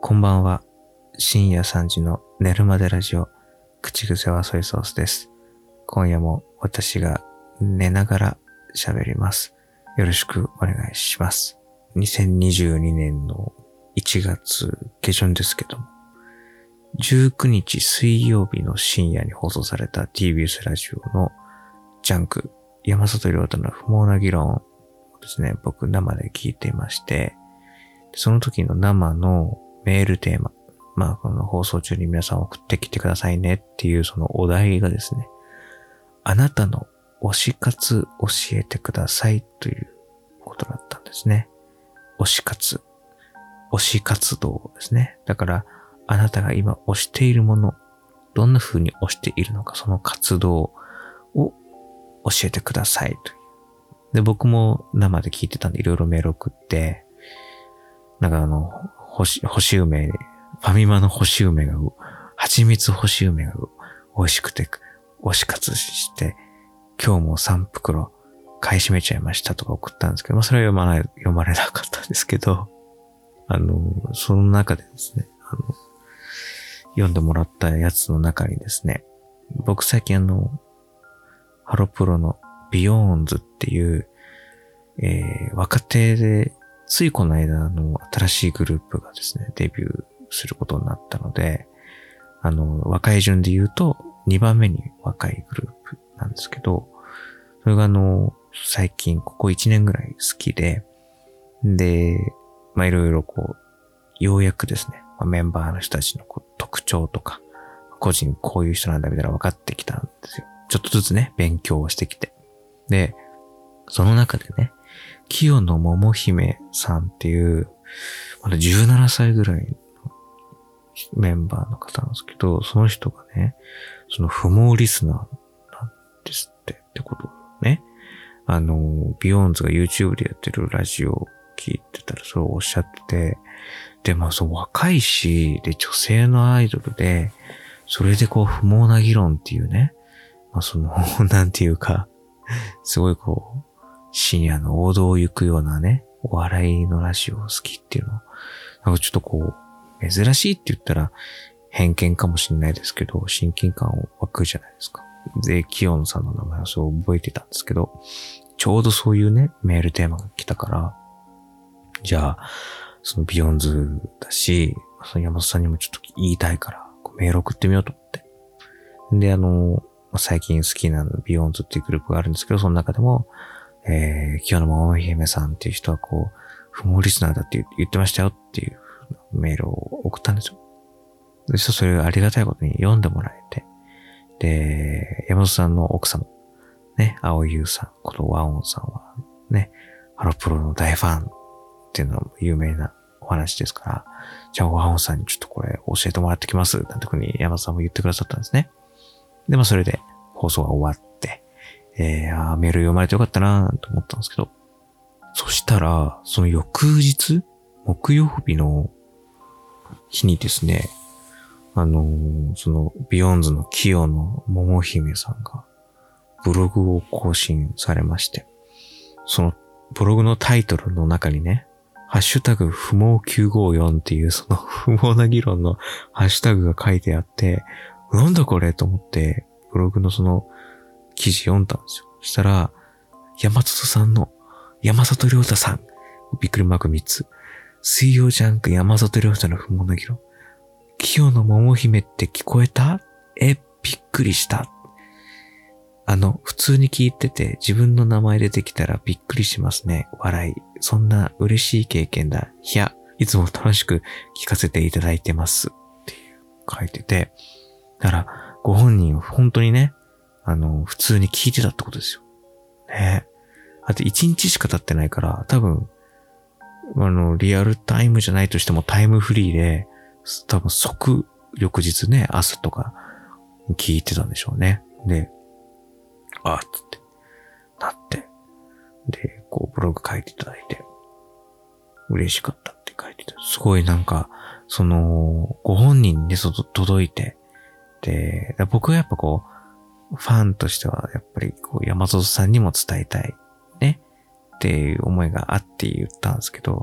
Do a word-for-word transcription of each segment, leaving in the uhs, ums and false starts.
こんばんは。深夜さんじの寝るまでラジオ、口癖はソイソースです。今夜も私が寝ながら喋ります。よろしくお願いします。にせんにじゅうにねんのいちがつ下旬ですけども、じゅうくにち水曜日の深夜に放送された ティービーエス ラジオのジャンク、山里亮太の不毛な議論をですね、僕生で聞いていまして、その時の生のメールテーマ、まあこの放送中に皆さん送ってきてくださいねっていうそのお題がですね、あなたの推し活教えてくださいということだったんですね。推し活、推し活動ですね。だからあなたが今推しているもの、どんな風に推しているのか、その活動を教えてくださいという。で、僕も生で聞いてたんでいろいろメール送って、なんかあの、干し、干し梅、ファミマの干し梅が、蜂蜜干し梅が美味しくて、推し活して、今日もさん袋買い占めちゃいましたとか送ったんですけど、まあそれは読まない、読まれなかったんですけど、あの、その中でですね、あの、読んでもらったやつの中にですね、僕最近あの、ハロプロのビヨーンズっていう、えー、若手で、ついこの間の新しいグループがですね、デビューすることになったので、あの、若い順で言うとにばんめに若いグループなんですけど、それがあの、最近ここいちねんぐらい好きで、で、まあ、いろいろこう、ようやくですね、まあ、メンバーの人たちのこう特徴とか、個人こういう人なんだみたいなの分かってきたんですよ。ちょっとずつね、勉強をしてきて。で、その中でね、清野桃姫さんっていう、まだじゅうななさいぐらいのメンバーの方なんですけど、その人がね、その不毛リスナーなんですって、ってことね。あの、ビヨーンズが YouTube でやってるラジオを聞いてたらそれをおっしゃってて、で、まあそう若いし、で、女性のアイドルで、それでこう不毛な議論っていうね、まあその、なんていうか、すごいこう、深夜の王道を行くようなね、お笑いのラジオを好きっていうの。なんかちょっとこう、珍しいって言ったら偏見かもしれないですけど、親近感を湧くじゃないですか。で、清野さんの名前をそう覚えてたんですけど、ちょうどそういうね、メールテーマが来たから、じゃあ、そのビヨンズだし、その山本さんにもちょっと言いたいから、メール送ってみようと思って。で、あの、最近好きなビヨンズっていうグループがあるんですけど、その中でも、えー、清野桃姫さんっていう人はこう、不毛リスナーだって言ってましたよっていうメールを送ったんですよ。で、それをありがたいことに読んでもらえて。で、山本さんの奥様、ね、青優さん、ことワオンさんはね、ハロプロの大ファンっていうのも有名なお話ですから、じゃあワオンさんにちょっとこれ教えてもらってきます、なんてふうに山本さんも言ってくださったんですね。で、まあそれで放送が終わって、えー、あーメール読まれてよかったなーと思ったんですけど、そしたら、その翌日、木曜日の日にですね、あのー、そのビヨンズの清野桃姫さんがブログを更新されまして、そのブログのタイトルの中にね、ハッシュタグ不毛きゅうごよんっていうその不毛な議論のハッシュタグが書いてあって、なんだこれと思って、ブログのその記事読んだんですよ。そしたら、山里さんの、山里亮太さん、びっくりマークみっつ。水曜ジャンク山里亮太の不毛な議論。清野桃姫って聞こえた？え、びっくりした。あの、普通に聞いてて自分の名前出てきたらびっくりしますね。笑い。そんな嬉しい経験だ。いや、いつも楽しく聞かせていただいてます。っていう書いてて。だから、ご本人本当にね、あの、普通に聞いてたってことですよ。ね。あと一日しか経ってないから、多分、あの、リアルタイムじゃないとしてもタイムフリーで、多分即、翌日ね、朝とか聞いてたんでしょうね。で、あーっつって、なって、で、こうブログ書いていただいて、嬉しかったって書いてた。すごいなんか、その、ご本人にね、そ届いて、で、僕はやっぱこう、ファンとしてはやっぱりこう山里さんにも伝えたいねっていう思いがあって言ったんですけど、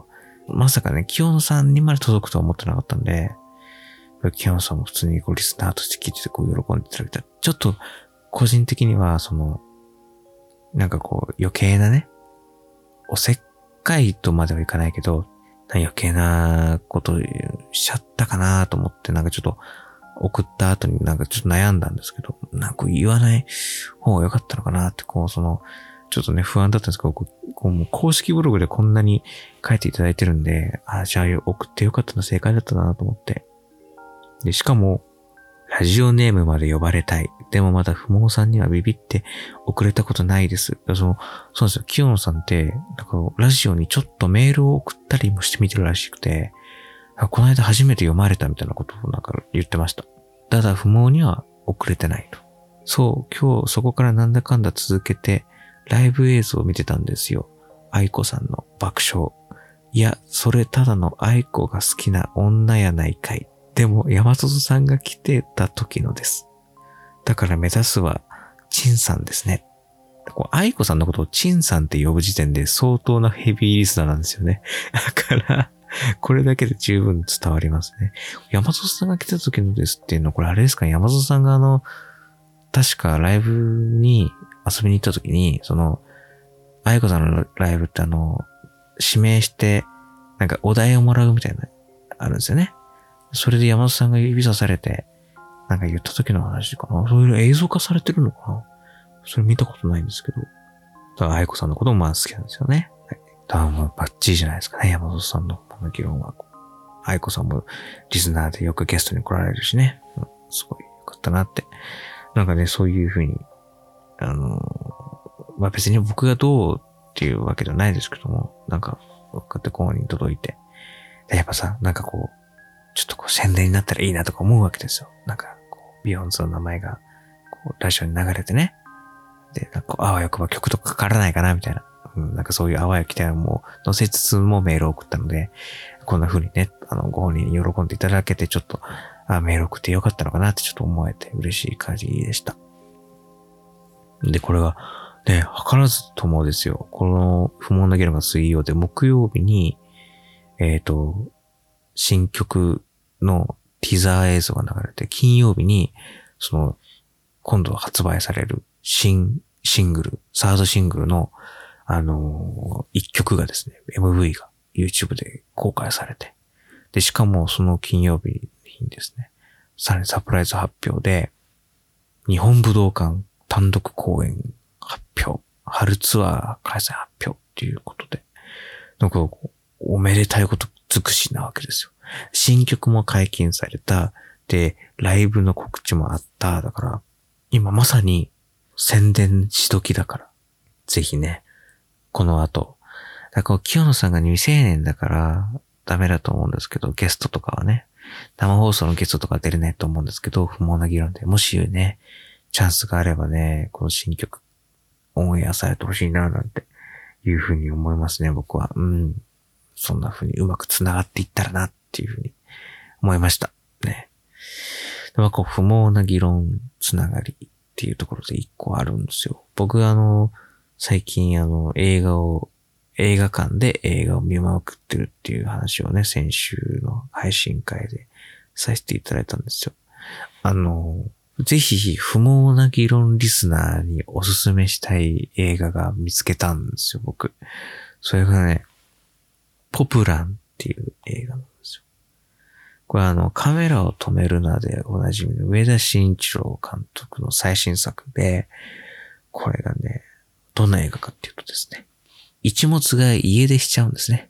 まさかね、清野さんにまで届くとは思ってなかったんで、清野さんも普通にこうリスナーとして聞いててこう喜んでいただけたら、ちょっと個人的にはその、なんかこう余計なね、おせっかいとまではいかないけど、余計なことしちゃったかなと思って、なんかちょっと送った後になんかちょっと悩んだんですけど、なんか言わない方が良かったのかなって、こうその、ちょっとね不安だったんですけど、こうこうもう公式ブログでこんなに書いていただいてるんで、あ、じゃあ送ってよかったの正解だったなと思って。で、しかも、ラジオネームまで呼ばれたい。でもまだ不毛さんにはビビって送れたことないです。その、そうですよ。清野さんって、なんかラジオにちょっとメールを送ったりもしてみてるらしくて、この間初めて読まれたみたいなことをなんか言ってました。ただ不毛には送れてないと。そう、今日そこからなんだかんだ続けて、ライブ映像を見てたんですよ。愛子さんの爆笑。いや、それただの愛子が好きな女やないかい。でも、山里さんが来てた時のです。だから目指すは、チンさんですね。こう愛子さんのことをチンさんって呼ぶ時点で相当なヘビーリスナーなんですよね。だから、これだけで十分伝わりますね。山里さんが来た時のですっていうのは、これあれですかね、山里さんがあの、確かライブに遊びに行った時に、その、愛子さんのライブってあの、指名して、なんかお題をもらうみたいな、あるんですよね。それで山里さんが指さされて、なんか言った時の話かな。そういう映像化されてるのかな。それ見たことないんですけど。だから愛子さんのこともまあ好きなんですよね。はい、だからまあバッチリじゃないですかね。山里さんのこの議論は。愛子さんもリスナーでよくゲストに来られるしね。うん、すごいよかったなって。なんかね、そういうふうに、あのー、まあ別に僕がどうっていうわけではないですけども、なんか、こうやってこうに届いて。でやっぱさ、なんかこう、ちょっとこう宣伝になったらいいなとか思うわけですよ。なんか、こうビヨンズの名前が、こう、ラジオに流れてね。で、なんか、あわよくば曲とかかからないかな、みたいな。うん、なんかそういうあわよ期待も乗せつつもメールを送ったので、こんな風にね、あの、ご本人に喜んでいただけて、ちょっと、あ、メール送ってよかったのかなってちょっと思えて嬉しい感じでした。で、これが、ね、図らずともですよ。この不毛な議論が水曜で、木曜日に、えっと、新曲のティザー映像が流れて、金曜日に、その、今度発売される新シングル、サードシングルの、あのー、一曲がですね、エムブイ が YouTube で公開されて、で、しかもその金曜日にですね、さらにサプライズ発表で、日本武道館単独公演発表、春ツアー開催発表っていうことで、なんかおめでたいこと尽くしなわけですよ。新曲も解禁された。で、ライブの告知もあった。だから、今まさに宣伝し時だから。ぜひね、この後。だから清野さんが未成年だからダメだと思うんですけど、ゲストとかはね、生放送のゲストとか出れないと思うんですけど、不毛な議論で。もしね、チャンスがあればね、この新曲、オンエアされてほしいな、なんていうふうに思いますね、僕は。うん。そんな風にうまく繋がっていったらなっていう風に思いました。ね。でもこう不毛な議論つながりっていうところで一個あるんですよ。僕あの、最近あの映画を、映画館で映画を見まくってるっていう話をね、先週の配信会でさせていただいたんですよ。あの、ぜひ不毛な議論リスナーにおすすめしたい映画が見つけたんですよ、僕。それがね、ポプランっていう映画なんですよ。これはあの、カメラを止めるなでおなじみの上田慎一郎監督の最新作で、これがね、どんな映画かっていうとですね、一物が家出しちゃうんですね。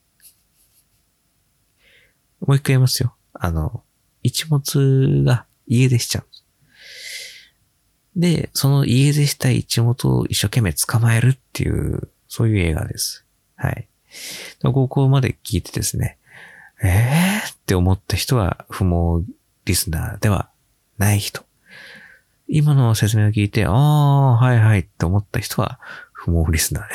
もう一回言いますよ。あの、一物が家出しちゃうんです。で、その家出した一物を一生懸命捕まえるっていう、そういう映画です。はい。ここまで聞いてですね、えーって思った人は不毛リスナーではない人。今の説明を聞いて、ああ、はいはいって思った人は不毛リスナーです。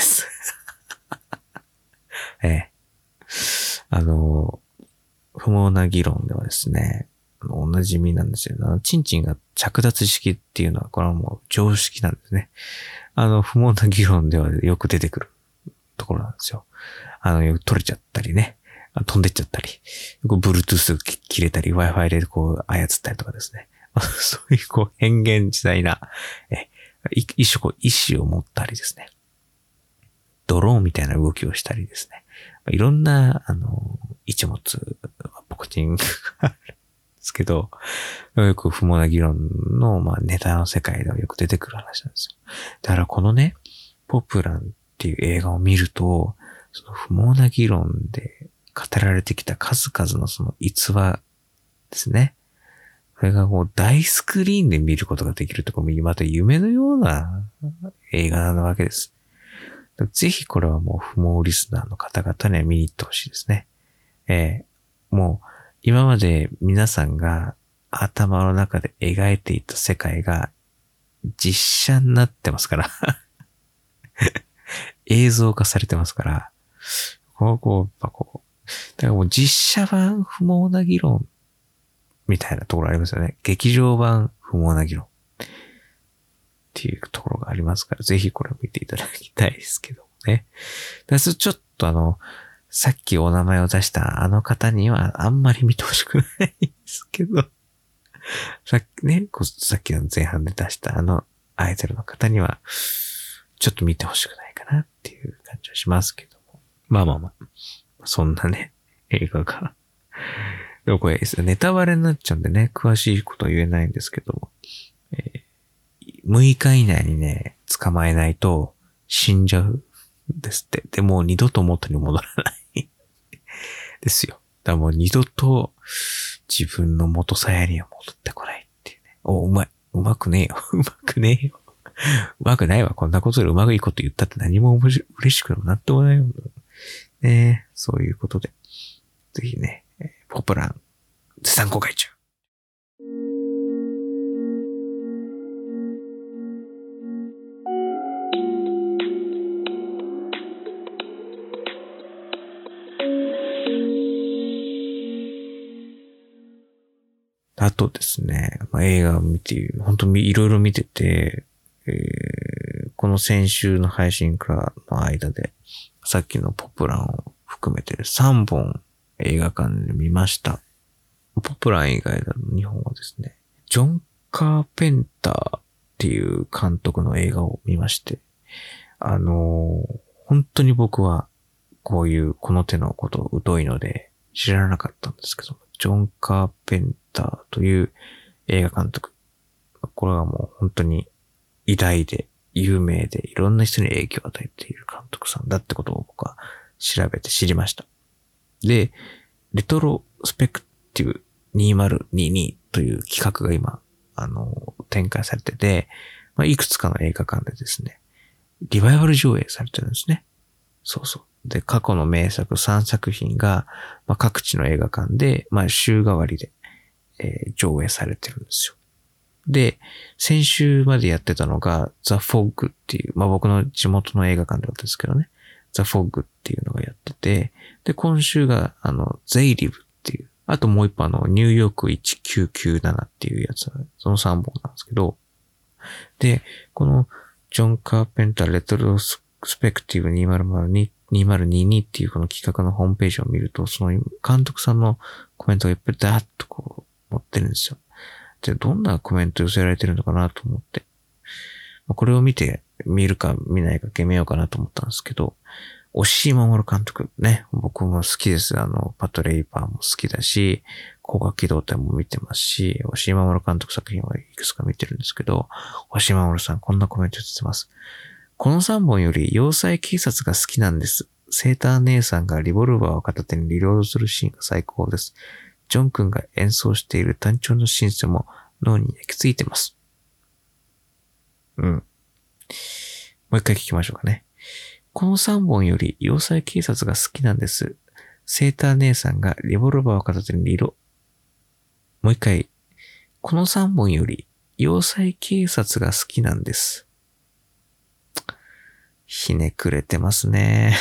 ええ。あの、不毛な議論ではですね、おなじみなんですよ。あの、チンチンが着脱式っていうのは、これはもう常識なんですね。あの、不毛な議論ではよく出てくるところなんですよ。あの、よく取れちゃったりね。 飛んでっちゃったり、こう Bluetooth 切れたり、Wi-Fi でこう操ったりとかですね。そういうこう変幻自在な、え一種こう意志を持ったりですね。ドローンみたいな動きをしたりですね。いろんな、あの、一物、ポコチンがあるんですけど、よく不毛な議論の、まあ、ネタの世界ではよく出てくる話なんですよ。だからこのね、ポプランっていう映画を見ると、その不毛な議論で語られてきた数々のその逸話ですね。それがもう大スクリーンで見ることができるところもまた夢のような映画なわけです。ぜひこれはもう不毛リスナーの方々には見に行ってほしいですね。えー、もう今まで皆さんが頭の中で描いていた世界が実写になってますから。映像化されてますから。こう、こう、やっぱこう。だからもう実写版不毛な議論みたいなところありますよね。劇場版不毛な議論っていうところがありますから、ぜひこれを見ていただきたいですけどね。だからちょっとあの、さっきお名前を出したあの方にはあんまり見てほしくないんですけど、さっきね、さっきの前半で出したあのアイドルの方には、ちょっと見てほしくないかなっていう感じはしますけども。まあまあまあ、そんなね、映画が。でもこれ、ネタバレになっちゃうんでね、詳しいことは言えないんですけども、えー、むいか以内にね、捕まえないと死んじゃうんですって。で、もう二度と元に戻らないですよ。だからもう二度と自分の元さやには戻ってこないっていうね。お、うまい。うまくねえよ。うまくねえよ。うまくないわ。こんなことでうまくいいこと言ったって何も面白い嬉しくなってもないよ。ねえ、そういうことで。ぜひね、ポプラン、絶賛公開中。あとですね、まあ、映画を見て、本当にいろいろ見てて、えー、この先週の配信からの間で、さっきのポプランを含めてさんぼん映画館で見ました。ポプラン以外だと日本はですね、ジョン・カーペンターっていう監督の映画を見まして、あのー、本当に僕はこういうこの手のことを疎いので知らなかったんですけど、ジョン・カーペンターという映画監督。これはもう本当に偉大で有名でいろんな人に影響を与えている監督さんだってことを僕は調べて知りました。で、レトロスペクティブにせんにじゅうにという企画が今、あの、展開されてて、まあ、いくつかの映画館でですね、リバイバル上映されてるんですね。そうそう。で、過去の名作さんさく品が、まあ、各地の映画館で、まあ、週替わりで、えー、上映されてるんですよ。で、先週までやってたのが、ザ・フォッグっていう、まあ、僕の地元の映画館だったんですけどね、ザ・フォッグっていうのがやってて、で、今週が、あの、ゼイリブっていう、あともう一本あの、ニューヨークせんきゅうひゃくきゅうじゅうななっていうやつ、そのさんぼんなんですけど、で、この、ジョン・カーペンター・レトロスペクティブにせんにじゅうにっていうこの企画のホームページを見ると、その監督さんのコメントがやっぱりダーッとこう、載ってるんですよ。で、どんなコメント寄せられてるのかなと思って、これを見て、見るか見ないか決めようかなと思ったんですけど、押井守監督ね、僕も好きです。あの、パトレイパーも好きだし、光学機動隊も見てますし、押井守監督作品はいくつか見てるんですけど、押井守さんこんなコメントしてます。このさんぼんより要塞警察が好きなんです。セーター姉さんがリボルバーを片手にリロードするシーンが最高です。ジョン君が演奏している単調のシンセも脳に焼き付いてます。うん。もう一回聞きましょうかね。このさんぼんより要塞警察が好きなんです。セーター姉さんがリボルバーを片手にリロ。もう一回。このさんぼんより要塞警察が好きなんです。ひねくれてますね。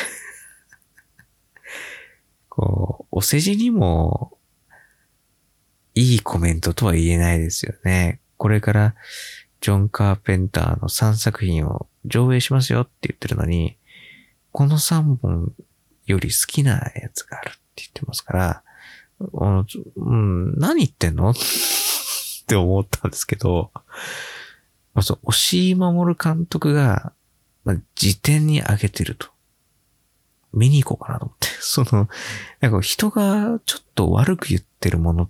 こう、お世辞にもいいコメントとは言えないですよね。これからジョン・カーペンターのさんさく品を上映しますよって言ってるのに、このさんぼんより好きなやつがあるって言っってますから、あのうん、何言ってんのって思ったんですけど、まあ、そう、押井守監督が、まあ、辞典に上げてると。見に行こうかなと思って。その、なんか人がちょっと悪く言ってるものって、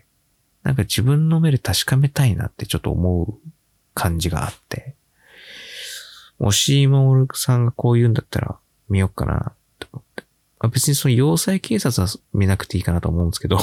なんか自分の目で確かめたいなってちょっと思う感じがあって、押井守さんがこう言うんだったら見ようかなと思って。まあ、別にその要塞警察は見なくていいかなと思うんですけど。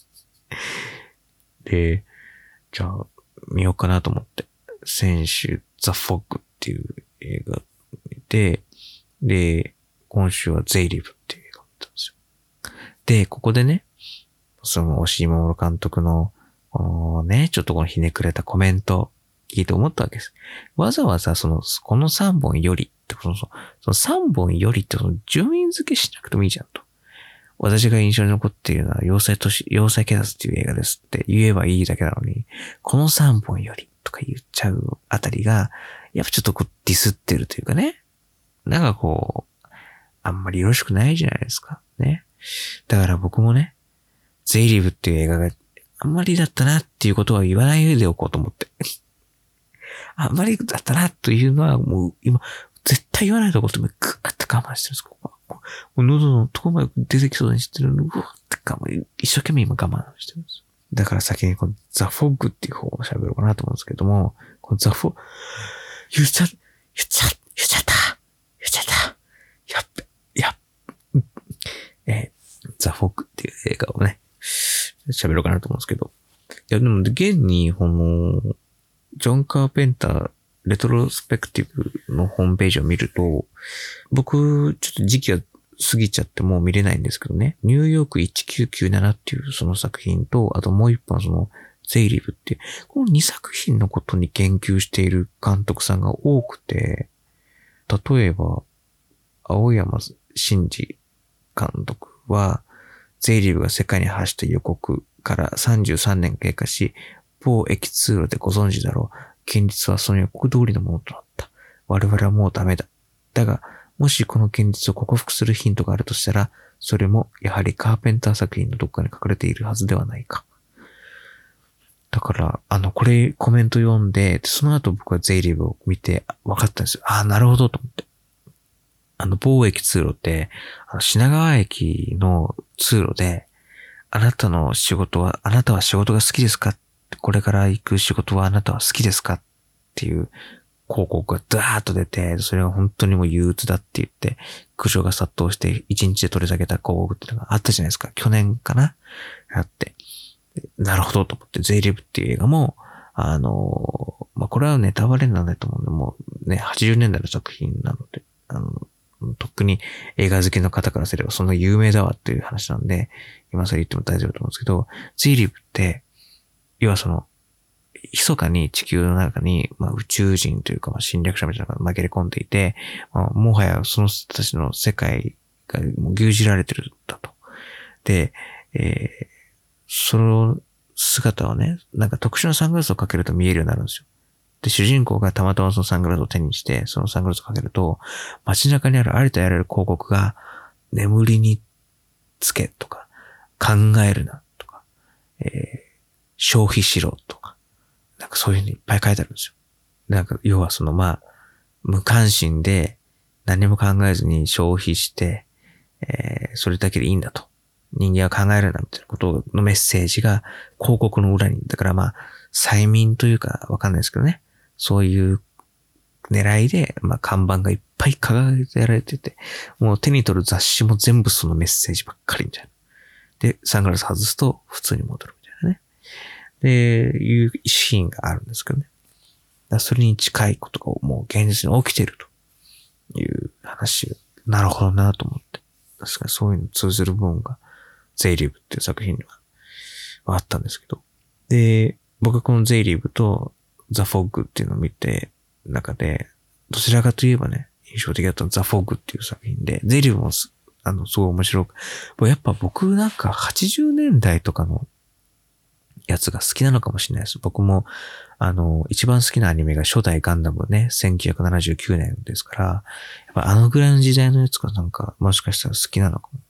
で、じゃあ見ようかなと思って。先週、ザ・フォッグっていう映画見て、で、今週はゼイリブっていう映画を見たんですよ。で、ここでね、その押井守監督の、このね、ちょっとこのひねくれたコメント聞いて思ったわけです。わざわざその、このさんぼんよりって、その、そのさんぼんよりってその順位付けしなくてもいいじゃんと。私が印象に残っているのは、要塞都市、要塞警察っていう映画ですって言えばいいだけなのに、このさんぼんよりとか言っちゃうあたりが、やっぱちょっとこうディスってるというかね。なんかこう、あんまりよろしくないじゃないですか。ね。だから僕もね、ゼイリブっていう映画があんまりだったなっていうことは言わないでおこうと思って。あんまりだったなというのはもう今、絶対言わないでおこうと思って、ぐーって我慢してるんです。ここもう喉のとこまで出てきそうにしてるのに、ぐーって我慢、一生懸命今我慢してるんです。だから先にこのザ・フォッグっていう方を喋ろうかなと思うんですけども、このザ・フォ、言っちゃ、言っちゃ、言っちゃった、言っちゃった、やっべ、やっ、えー、ザ・フォッグっていう映画をね、喋ろうかなと思うんですけど。いや、でも、現に、この、ジョン・カーペンター、レトロスペクティブのホームページを見ると、僕、ちょっと時期が過ぎちゃってもう見れないんですけどね、ニューヨークせんきゅうひゃくきゅうじゅうななっていうその作品と、あともう一本その、ゼイリブっていう、このにさく品のことに言及している監督さんが多くて、例えば、青山真司監督は、ゼイリブが世界に発した予告からさんじゅうさんねん経過し、某駅通路でご存知だろう。現実はその予告通りのものとなった。我々はもうダメだ。だが、もしこの現実を克服するヒントがあるとしたら、それもやはりカーペンター作品のどっかに隠れているはずではないか。だから、あの、これコメント読んで、その後僕はゼイリブを見て分かったんですよ。ああ、なるほどと思って。あの、某駅通路って、あの品川駅の通路で、あなたの仕事は、あなたは仕事が好きですか？これから行く仕事はあなたは好きですか？っていう広告がダーッと出て、それは本当にもう憂鬱だって言って、苦情が殺到して一日で取り下げた広告っていうのがあったじゃないですか。去年かな？あって。なるほどと思って、ゼイリブっていう映画も、あの、まあ、これはネタバレなんだと思うんで、もうね、はちじゅうねんだいの作品なので、あの、特に映画好きの方からすればその有名だわっていう話なんで、今それ言っても大丈夫だと思うんですけど、ゼイリブって、要はその、密かに地球の中に、まあ、宇宙人というか、まあ、侵略者みたいなのが紛れ込んでいて、まあ、もはやその人たちの世界がもう牛耳られてるんだと。で、えー、その姿をね、なんか特殊なサングラスをかけると見えるようになるんですよ。で、主人公がたまたまそのサングラスを手にして、そのサングラスをかけると、街中にあるありとあらゆる広告が、眠りにつけとか、考えるなとか、えー、消費しろとか、なんかそういうのいっぱい書いてあるんですよ。なんか、要はそのまあ、無関心で何も考えずに消費して、えー、それだけでいいんだと。人間は考えるなみたいなことのメッセージが広告の裏に、だからまあ、催眠というかわかんないですけどね。そういう狙いで、まあ看板がいっぱい掲げられてて、もう手に取る雑誌も全部そのメッセージばっかりみたいな。で、サングラス外すと普通に戻るみたいなね。で、いうシーンがあるんですけどね。だそれに近いことがもう現実に起きているという話。なるほどなと思って。確かにそういうの通ずる部分がゼイリブっていう作品にはあったんですけど。で、僕はこのゼイリブとザ・フォッグっていうのを見て、中で、どちらかといえばね、印象的だったのはザ・フォッグっていう作品で、ゼイリブもす、あの、すごい面白く、やっぱ僕なんかはちじゅうねんだいとかのやつが好きなのかもしれないです。僕も、あの、一番好きなアニメが初代ガンダムね、せんきゅうひゃくななじゅうきゅうねんですから、やっぱあのぐらいの時代のやつがなんか、もしかしたら好きなのかも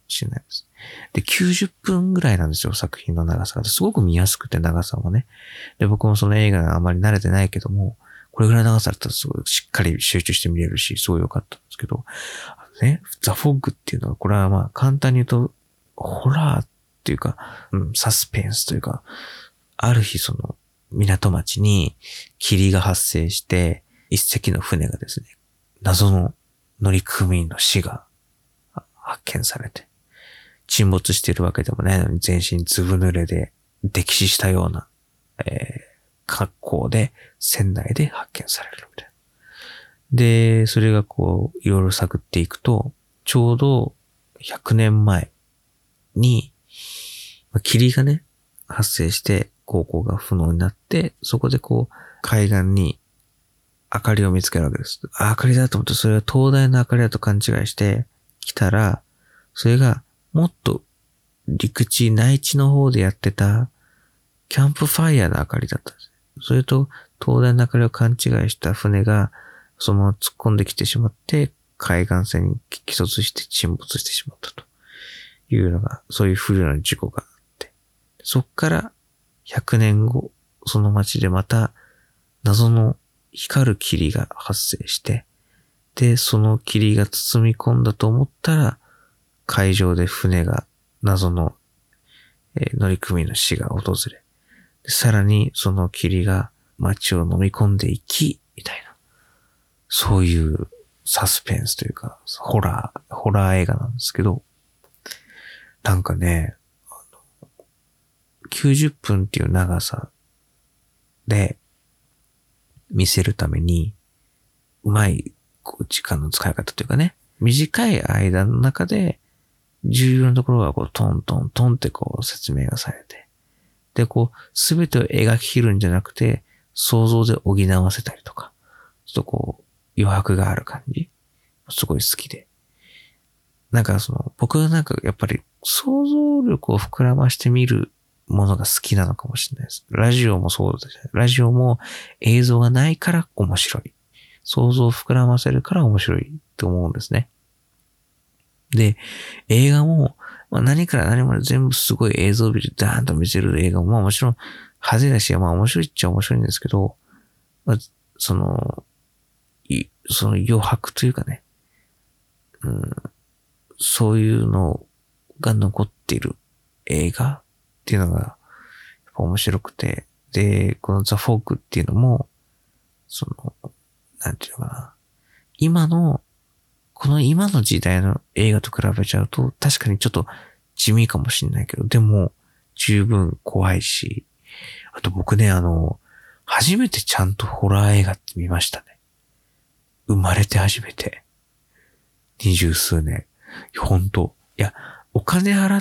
しれないです。で、きゅうじゅっぷんぐらいなんですよ、作品の長さが。すごく見やすくて、長さもね。で、僕もその映画があまり慣れてないけども、これぐらい長さだったらすごいしっかり集中して見れるし、すごい良かったんですけど、あのね、ザ・フォッグっていうのは、これはまあ簡単に言うと、ホラーっていうか、うん、サスペンスというか、ある日その港町に霧が発生して、一隻の船がですね、謎の乗組員の死が発見されて、沈没しているわけでもないのに全身ずぶ濡れで溺死したような、えー、格好で船内で発見されるみたいな。で、それがこういろいろ探っていくと、ちょうどひゃくねんまえに霧がね発生して航行が不能になって、そこでこう海岸に明かりを見つけるわけです。あ、明かりだと思って、それは灯台の明かりだと勘違いして来たら、それがもっと陸地、内地の方でやってたキャンプファイヤーの明かりだったんです。それと灯台の明かりを勘違いした船がそのまま突っ込んできてしまって、海岸線に激突して沈没してしまったというのが、そういう不慮な事故があって、そっからひゃくねんご、その町でまた謎の光る霧が発生して、で、その霧が包み込んだと思ったら、海上で船が謎の、えー、乗組員の死が訪れ、でさらにその霧が街を飲み込んでいき、みたいな、そういうサスペンスというか、ホラー、ホラー映画なんですけど、なんかね、あのきゅうじゅっぷんっていう長さで見せるために、うまいこう時間の使い方というかね、短い間の中で重要なところがこうトントントンってこう説明がされて、でこうすべてを描き切るんじゃなくて想像で補わせたりとか、ちょっとこう余白がある感じ、すごい好きで、なんかその僕はなんかやっぱり想像力を膨らましてみるものが好きなのかもしれないです。ラジオもそうですね。ラジオも映像がないから面白い。想像を膨らませるから面白いと思うんですね。で、映画も、まあ、何から何まで全部すごい映像美でダーンと見せる映画も、まあもちろん派手だし、まあ面白いっちゃ面白いんですけど、まあ、その、その余白というかね、うん、そういうのが残っている映画っていうのがやっぱ面白くて、で、このザ・フォークっていうのも、その、なんていうのかな、今の、この今の時代の映画と比べちゃうと、確かにちょっと地味かもしれないけど、でも十分怖いし、あと僕ね、あの、初めてちゃんとホラー映画って見ましたね。生まれて初めて。二十数年。本当。いや、お金払って、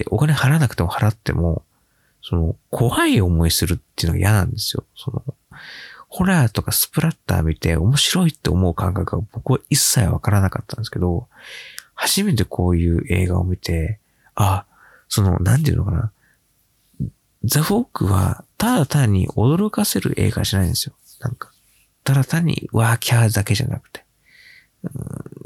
お金払わなくても払っても、その、怖い思いするっていうのが嫌なんですよ。その、ホラーとかスプラッター見て面白いって思う感覚が僕は一切わからなかったんですけど、初めてこういう映画を見て、あ、その、なんていうのかな。ザ・フォークは、ただ単に驚かせる映画じゃないんですよ。なんか、ただ単にワーキャーだけじゃなくて、うん、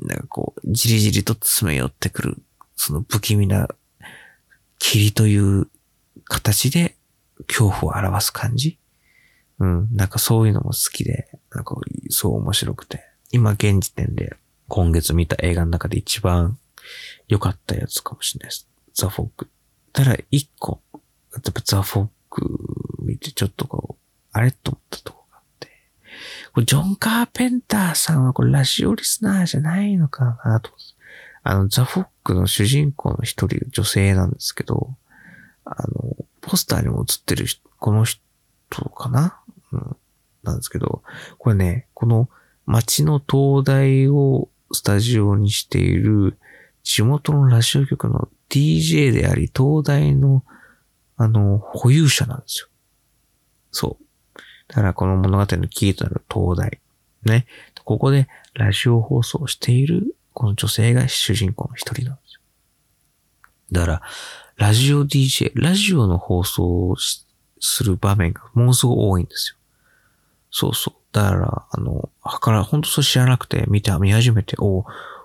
なんかこう、じりじりと詰め寄ってくる、その不気味な霧という形で恐怖を表す感じ。うん、なんかそういうのも好きで、なんかそう面白くて、今現時点で今月見た映画の中で一番良かったやつかもしれないです。ザ・フォーク。ただ一個、やっぱザ・フォーク見てちょっとこう、あれと思ったとこがあって、これジョン・カーペンターさんはこれラジオリスナーじゃないのかなと。あの、ザ・フォークの主人公の一人女性なんですけど、あの、ポスターにも写ってるこの人かな、うん、なんですけど、これね、この街の灯台をスタジオにしている地元のラジオ局の ディージェー であり、灯台のあの、保有者なんですよ。そう。だからこの物語のキーとなる灯台。ね。ここでラジオ放送をしているこの女性が主人公の一人なんですよ。だから、ラジオ ディージェー、ラジオの放送をする場面がものすごく多いんですよ。そうそう。だから、あの、はから、本当そう知らなくて見て、見始めて、お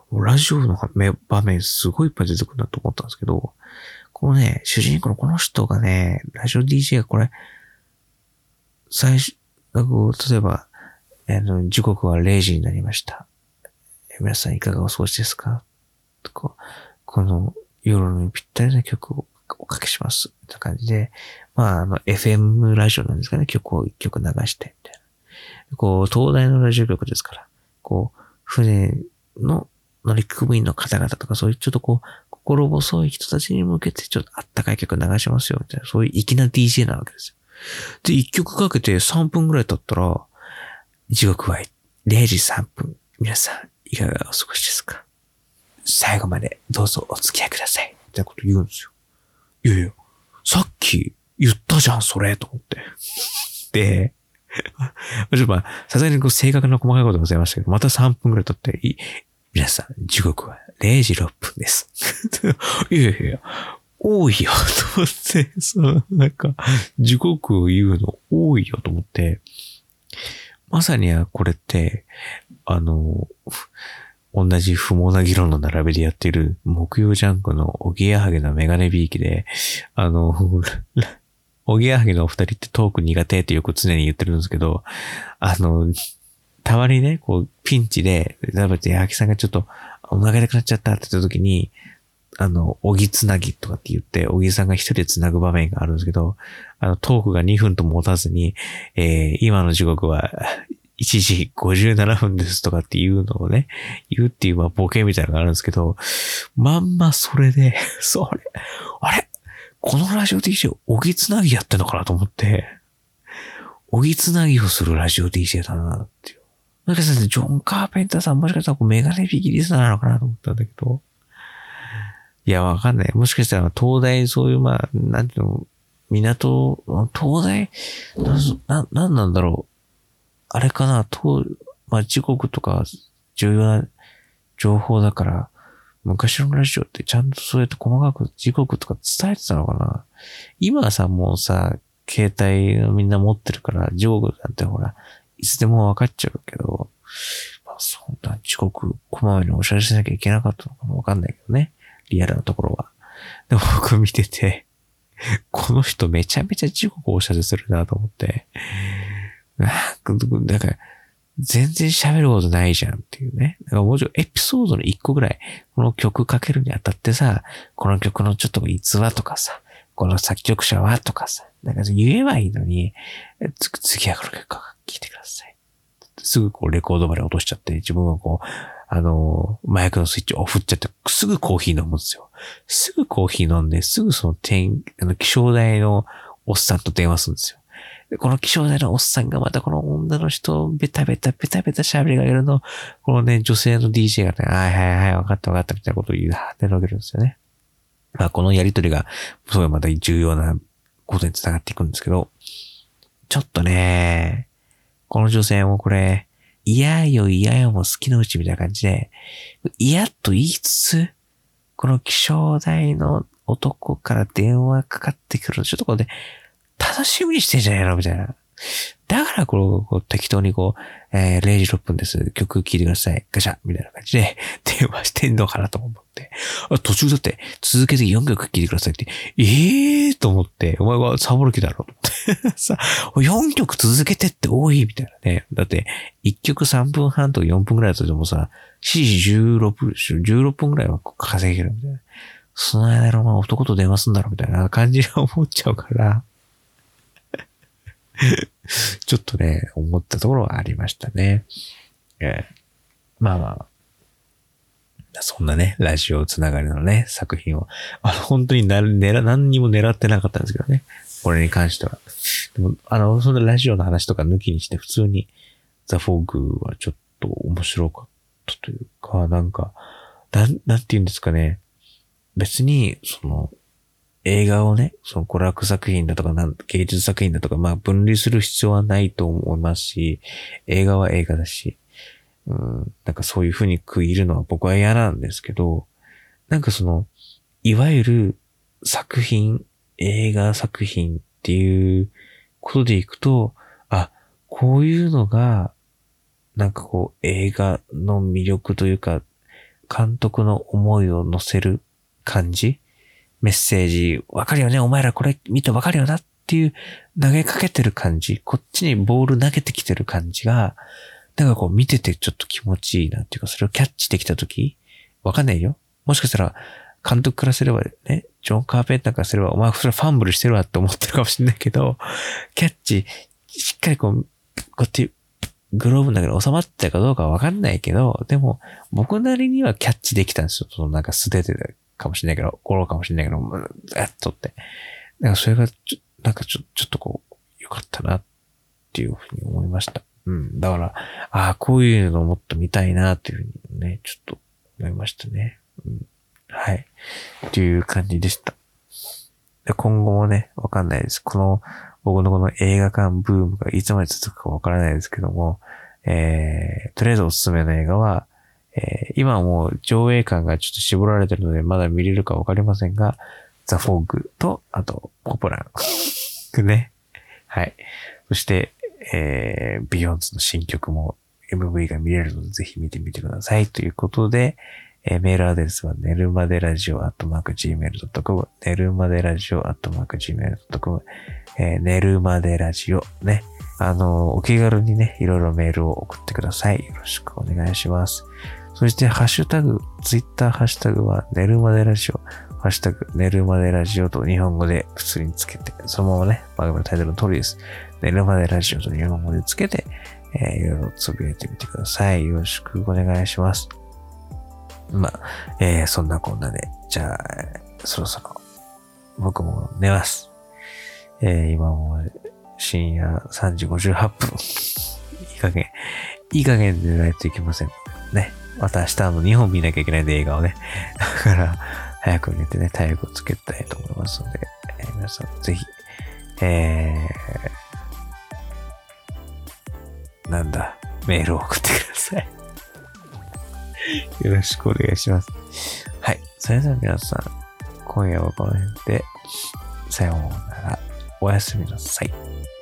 ラジオの場面すごいいっぱい出てくるなと思ったんですけど、このね、主人公のこの人がね、ラジオ ディージェー がこれ、最初、例えば、あの、時刻はれいじになりました。皆さんいかがお過ごしですか？こう、この夜にぴったりな曲をおかけします。みたいな感じで、まあ、あの、エフエム ラジオなんですかね、曲を一曲流して、みたいな。こう、東大のラジオ局ですから、こう、船の乗組員の方々とか、そういうちょっとこう、心細い人たちに向けてちょっとあったかい曲流しますよ、みたいな、そういう粋な ディージェー なわけですよ。で、一曲かけてさんぷんぐらい経ったら、時刻はれいじさんぷん。皆さん、いかがお過ごしですか？最後までどうぞお付き合いください。みたいなこと言うんですよ。いやいや、さっき言ったじゃん、それ、と思って。で、ちょっとまあ、さすがにこう正確な細かいことございましたけど、またさんぷんぐらい経って、皆さん、時刻はれいじろっぷんです。いやいやいや、多いよ、と思って、その、なんか、時刻を言うの多いよ、と思って、まさにはこれって、あの、同じ不毛な議論の並びでやっている木曜ジャンクのおぎやはぎのメガネビーキで、あの、おぎやはぎのお二人ってトーク苦手ってよく常に言ってるんですけど、あの、たまにね、こう、ピンチで、例えば、矢作さんがちょっとお腹痛くなっちゃったって言った時に、あの、おぎつなぎとかって言って、おぎさんが一人でつなぐ場面があるんですけど、あの、トークがにふんとも持たずに、えー、今の時刻はいちじごじゅうななふんですとかっていうのをね、言うっていう、まあ、ボケみたいなのがあるんですけど、まんまそれで、それ、あれこのラジオ ディージェー、おぎつなぎやってんのかなと思って、おぎつなぎをするラジオ ディージェー だなっていう。なんかさ、ジョン・カーペンターさんもしかしたらこうメガネビギリスナーなのかなと思ったんだけど、いや、わかんない。もしかしたら、東大、そういう、まあ、なんていうの、港、東大、な、なんなんだろう。あれかな、東、まあ、時刻とか重要な情報だから、昔のラジオってちゃんとそうやって細かく時刻とか伝えてたのかな。今はさ、もうさ、携帯みんな持ってるから、時刻なんてほら、いつでも分かっちゃうけど、まあ、そんな時刻、こまめにお知らせしなきゃいけなかったのかもわかんないけどね。リアルなところは。でも僕見てて、この人めちゃめちゃ時刻をお知らせするなと思って、なんか、なんか全然喋ることないじゃんっていうね。だからもうちょいエピソードの一個ぐらい、この曲かけるにあたってさ、この曲のちょっと逸話とかさ、この作曲者はとかさ、なんか言えばいいのに、次はこの曲聴いてください。すぐこうレコードまで落としちゃって、自分はこう、あの、マイクのスイッチを振っちゃって、すぐコーヒー飲むんですよ。すぐコーヒー飲んで、すぐその天、あの、気象台のおっさんと電話するんですよ。でこの気象台のおっさんがまたこの女の人をベタベタベタベタ喋りがけるの、このね、女性の ディージェー がね、はいはいはい、わかったわかったみたいなことを言う、はってわけるんですよね。まあ、このやりとりが、すごいまた重要なことにつながっていくんですけど、ちょっとね、この女性もこれ、嫌よ嫌よも好きのうちみたいな感じで、嫌と言いつつ、この気象台の男から電話かかってくるの、ちょっとこうね、楽しみにしてんじゃないのみたいな。だからこう、こう適当にこう、えー、れいじろっぷんです。曲聴いてください。ガチャみたいな感じで電話してんのかなと思って。あ途中だって続けてよんきょく聴いてくださいって。ええーと思って、お前はサボる気だろと思って。さ、よんきょく続けてって多いみたいなね。だって、いっきょくさんぷんはんとかよんぷんくらいだとでもさ、しちじじゅうろっぷん、じゅうろっぷんくらいは稼げるみたいな。その間のまあ男と電話すんだろみたいな感じで思っちゃうから。ちょっとね、思ったところはありましたね。えー、まあまあ、そんなね、ラジオつながりのね、作品を、あの、本当にな、狙、何にも狙ってなかったんですけどね。これに関しては。でも、あの、そのラジオの話とか抜きにして、普通に、ザ・フォーグはちょっと面白かったというか、なんか、なん、なんて言うんですかね。別に、その、映画をね、その娯楽作品だとかなん芸術作品だとか、まあ分離する必要はないと思いますし、映画は映画だし、うん、なんかそういう風に区切るのは僕は嫌なんですけど、なんかその、いわゆる作品、映画作品っていうことでいくと、あ、こういうのが、なんかこう映画の魅力というか、 監督の思いを乗せる感じ、メッセージ、わかるよね、お前らこれ見てわかるよなっていう投げかけてる感じ、こっちにボール投げてきてる感じが、なんかこう見ててちょっと気持ちいいなっていうか、それをキャッチできたとき、わかんないよ。もしかしたら、監督からすればね、ジョン・カーペンターからすれば、お前それファンブルしてるわって思ってるかもしれないけど、キャッチ、しっかりこう、こうやってグローブの中に収まってたかどうかはわかんないけど、でも、僕なりにはキャッチできたんですよ。そのなんか素手でかもしれないけど、ゴロかもしれないけど、えっとって。なんかそれがちょ、なんかちょ、ちょっとこう、良かったなっていうふうに思いました。うん。だから、ああ、こういうのをもっと見たいなっていうふうにね、ちょっと思いましたね。うん、はい。っていう感じでした。で今後もね、わかんないです。この、僕のこの映画館ブームがいつまで続くかわからないですけども、えー、とりあえずおすすめの映画は、えー、今はもう上映館がちょっと絞られてるのでまだ見れるかわかりませんが、ザ・フォーグと、あと、ポポラン。ね。はい。そして、えー、ビヨンズの新曲も エムブイ が見れるのでぜひ見てみてください。ということで、えー、メールアドレスはねるまでラジオアットマークジーメールドットコム、ねるまでラジオアットマークジーメールドットコム、えー、ねるまでラジオね。あのー、お気軽にね、いろいろメールを送ってください。よろしくお願いします。そして、ハッシュタグ、ツイッターハッシュタグはねるまでラジオ、ハッシュタグ、ねるまでラジオと日本語で普通につけて、そのままね、番組のタイトルの通りです。ねるまでラジオと日本語でつけて、えー、いろいろつぶやいてみてください。よろしくお願いします。まあ、えー、そんなこんなで、じゃあ、そろそろ、僕も寝ます。えー、今もう深夜さんじごじゅうはっぷん。いい加減、いい加減で寝ないといけません。ね。また明日もにほん見なきゃいけないんで映画をね。だから、早く寝てね、体力をつけたいと思いますので、えー、皆さんぜひ、えー、なんだ、メールを送ってください。よろしくお願いします。はい。それでは皆さん、今夜はこの辺で、さようなら。おやすみなさい。